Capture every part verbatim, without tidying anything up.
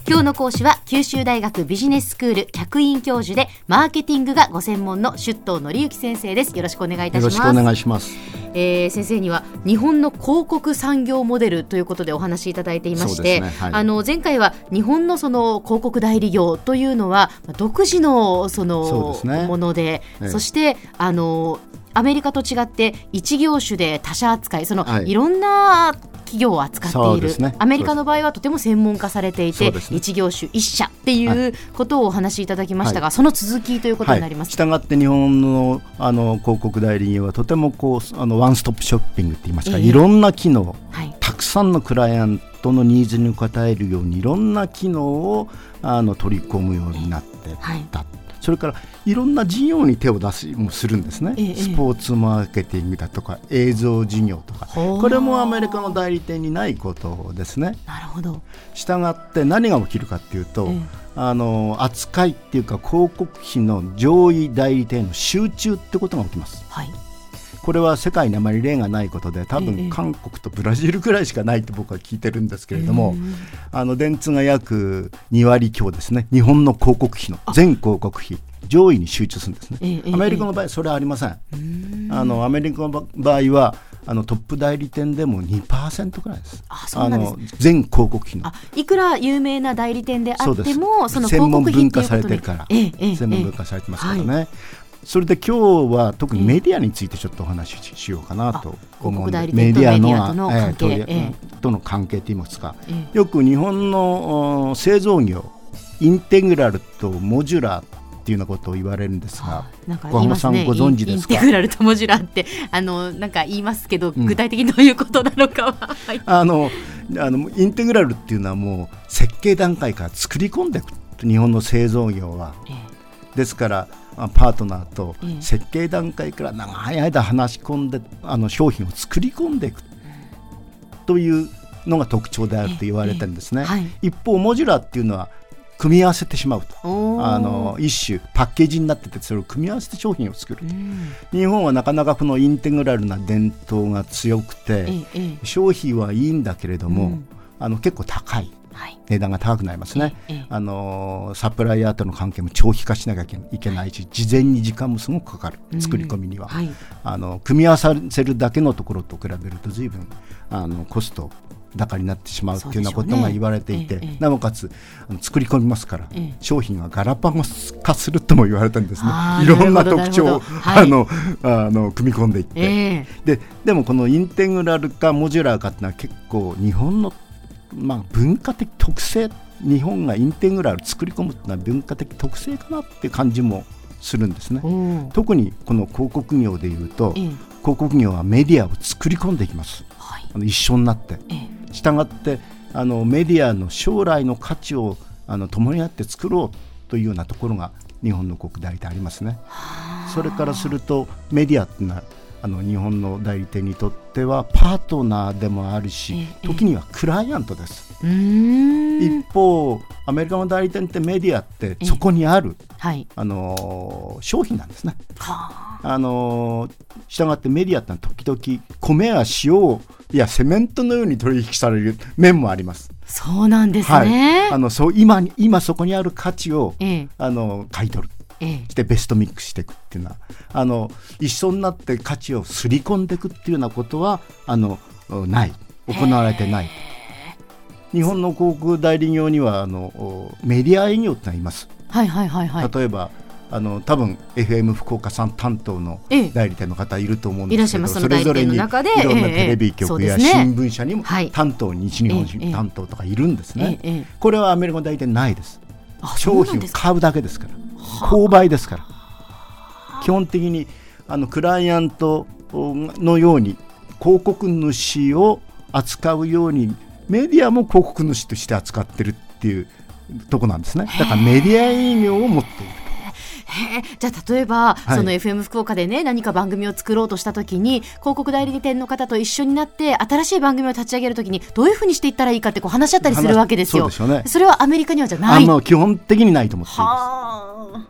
今日の講師は九州大学ビジネススクール客員教授でマーケティングがご専門の出頭則之先生です。よろしくお願いいたします。 よろしくお願いします。 えー、先生には日本の広告産業モデルということでお話しいただいていまして、ね、はい、あの前回は日本のその広告代理業というのは独自のそのそうですね、 もので、 ええ、 そしてあのアメリカと違って一業種で他社扱い、その、はい、いろんな企業を扱っている、ね、アメリカの場合はとても専門化されていて、ね、一業種一社っていうことをお話しいただきましたが、はい、その続きということになります。 したがって日本 の, あの広告代理業はとてもこうあのワンストップショッピングって言いますか、えー、いろんな機能、はい、たくさんのクライアントのニーズに応えるようにいろんな機能をあの取り込むようになっていった、はい、それからいろんな事業に手を出しもするんですね、ええ、スポーツマーケティングだとか映像事業とか、これもアメリカの代理店にないことですね。 なるほど。 したがって何が起きるかっていうと、ええ、あの扱いっていうか広告費の上位代理店の集中ってことが起きます、はい、これは世界にあまり例がないことで、多分韓国とブラジルくらいしかないと僕は聞いてるんですけれども、えー、あの電通が約にわり強ですね、日本の広告費の全広告費上位に集中するんですね、えー、アメリカの場合はそれはありません、えー、あのアメリカの場合はあのトップ代理店でも にパーセント くらいです。 あ、そうなんです。 あの全広告費の、 あ、いくら有名な代理店であってもその専門文化されててるから、 えーえー、 専門文化されてますからね、えーはい、それで今日は特にメディアについてちょっとお話ししようかなと思うんで、 メディアの関係、 えー、と, との関係といいますか、えー、よく日本の製造業インテグラルとモジュラーっていうようなことを言われるんですが、 なんか言いますね、 小浜さんご存知ですか？ インテグラルとモジュラーってあのなんか言いますけど、うん、具体的にどういうことなのかは、はい、あのあのインテグラルっていうのはもう設計段階から作り込んでいく、日本の製造業は、えー、ですからパートナーと設計段階から長い間話し込んであの商品を作り込んでいくというのが特徴であると言われてるんですね、えーはい、一方モジュラーっていうのは組み合わせてしまうと、あの一種パッケージになっててそれを組み合わせて商品を作る、うん、日本はなかなかこのインテグラルな伝統が強くて、ええ、商品はいいんだけれども、うん、あの結構高い、はい、値段が高くなりますね、ええ、あのサプライヤーとの関係も長期化しなきゃいけないし、事前に時間もすごくかかる、うん、作り込みには、はい、あの組み合わせるだけのところと比べると随分あのコスト高になってしまうというようなことが言われていて、ねええ、なおかつあの作り込みますから、ええ、商品がガラパゴス化するとも言われてるんですね。いろんな特徴を、はい、あのあの組み込んでいって、え、で, でもこのインテグラルかモジュラーかっていうのは結構日本の、まあ、文化的特性、日本がインテグラル作り込むっていうのは文化的特性かなっていう感じもするんですね。特にこの広告業でいうと、広告業はメディアを作り込んでいきます、はい、あの一緒になって、したがってあのメディアの将来の価値をあの共にあって作ろうというようなところが日本の広告代理店ありますね。それからするとメディアっていうのはあの日本の代理店にとってはパートナーでもあるし、時にはクライアントです。うーん、一方アメリカの代理店ってメディアってそこにある、はい、あの商品なんですね。はあのしたがってメディアってのは時々米や塩をいやセメントのように取引される面もあります。 そうなんですね、 はい、あのそう 今, 今そこにある価値を、ええ、あの買い取る、ええ、してベストミックスしていくっていうのはあの一緒になって価値をすり込んでいくっていうようなことはあのない行われてない。日本の広告代理業にはあのメディア営業ってのがいます、はいはいはいはい、例えばあの多分 エフエム 福岡さん担当の代理店の方いると思うんですけど、ええ、それぞれにいろんなテレビ局や新聞社にも担当、西日本担当とかいるんですね、ええ、これはアメリカの代理店ないです。商品を買うだけですから、購買ですから、基本的にあのクライアントのように広告主を扱うようにメディアも広告主として扱ってるっていうとこなんですね。だからメディア営業を持っている。 へー、じゃあ例えば、はい、その エフエム 福岡でね何か番組を作ろうとしたときに広告代理店の方と一緒になって新しい番組を立ち上げるときにどういうふうにしていったらいいかってこう話し合ったりするわけですよ。 そ, うでしょうね、それはアメリカにはじゃない。 あの基本的にないと思っています。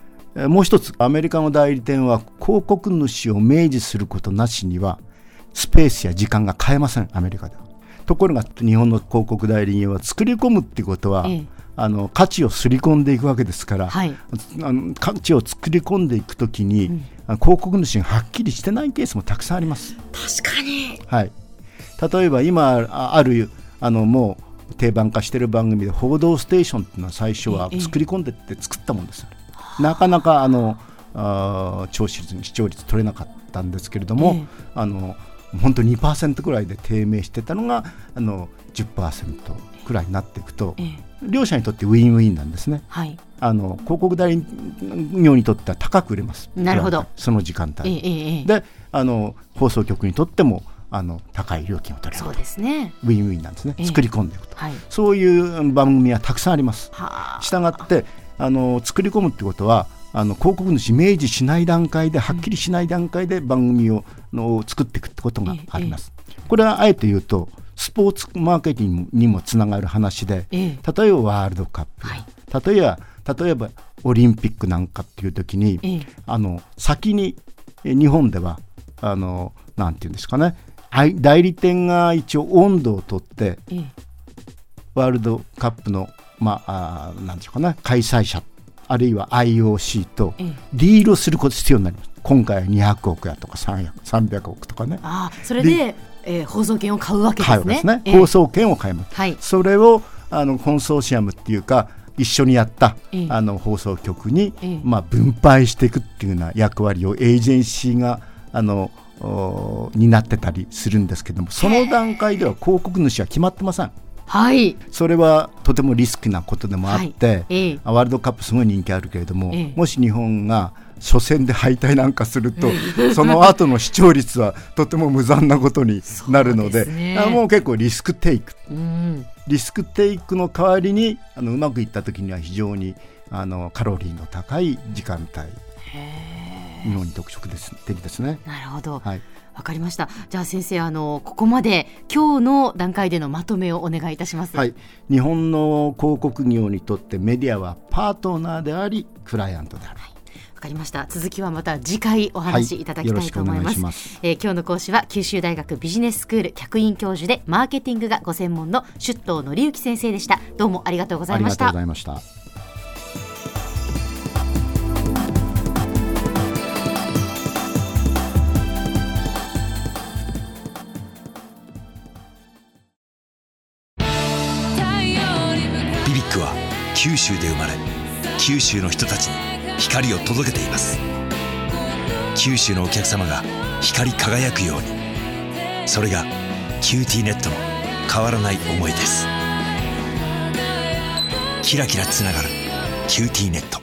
もう一つアメリカの代理店は広告主を明示することなしにはスペースや時間が買えません、アメリカでは。ところが日本の広告代理人は作り込むってことは、ええ、 あの価値をすり込んでいくわけですから、 はい、 あの価値を作り込んでいくときに、うん、広告主がはっきりしてないケースもたくさんあります。 確かに、 はい、例えば今あるあのもう定番化している番組で報道ステーションっていうのは最初は作り込んでって作ったもんですよ、ええ、なかなかあのあ聴取率視聴率取れなかったんですけれども、ええ、あの本当に にパーセント くらいで低迷してたのがあの じゅっパーセント くらいになっていくと、ええ、両者にとってウィンウィンなんですね、はい、あの広告代理業にとっては高く売れます。 なるほど。 その時間帯、 ええ、 であの放送局にとってもあの高い料金を取れると。 そうですね、 ウィンウィンなんですね、ええ、作り込んでいくと、 はい、 そういう番組はたくさんあります。したがってあの作り込むってことはあの広告主明示しない段階ではっきりしない段階で番組をの作っていくってことがあります、ええ、これはあえて言うとスポーツマーケティングにもつながる話で、ええ、例えばワールドカップ、はい、例えば、例えばオリンピックなんかっていう時に、ええ、あの先に日本ではあのなんていうんですかね、代理店が一応温度をとって、ええ、ワールドカップの、まあ、あなんていうかな、開催者あるいは アイオーシー とディールをすること必要になります。今回はにひゃくおくやとかさんびゃくおくとかね。 あそれで、えー、放送権を買うわけですね。買うですね、 えー、放送権を買います、 はい、 それをあのコンソーシアムっていうか一緒にやった、えー、あの放送局に、えーまあ、分配していくっていうような役割をエージェンシーがあの担ってたりするんですけども、その段階では広告主は決まってません。 はい、 それはとてもリスクなことでもあって、はいえー、ワールドカップすごい人気あるけれども、えー、もし日本が初戦で敗退なんかすると、えー、その後の視聴率はとても無残なことになるの で, で、ね、もう結構リスクテイク、うん、リスクテイクの代わりにあのうまくいった時には非常にあのカロリーの高い時間帯、日本に特色です的ですね。 なるほど、 はい、 わかりました。じゃあ先生、あのここまで今日の段階でのまとめをお願いいたします。 はい、日本の広告業にとってメディアはパートナーでありクライアントである。 はい、わかりました。続きはまた次回お話しいただきたいと思います。 はい、よろしくお願いします。 えー、今日の講師は九州大学ビジネススクール客員教授でマーケティングがご専門の出頭則之先生でした。どうもありがとうございました。 ありがとうございました。 ビビックは九州で生まれ、九州の人たちに光を届けています。九州のお客様が光り輝くように、それがキューティーネットの変わらない思いです。キラキラつながるキューティーネット。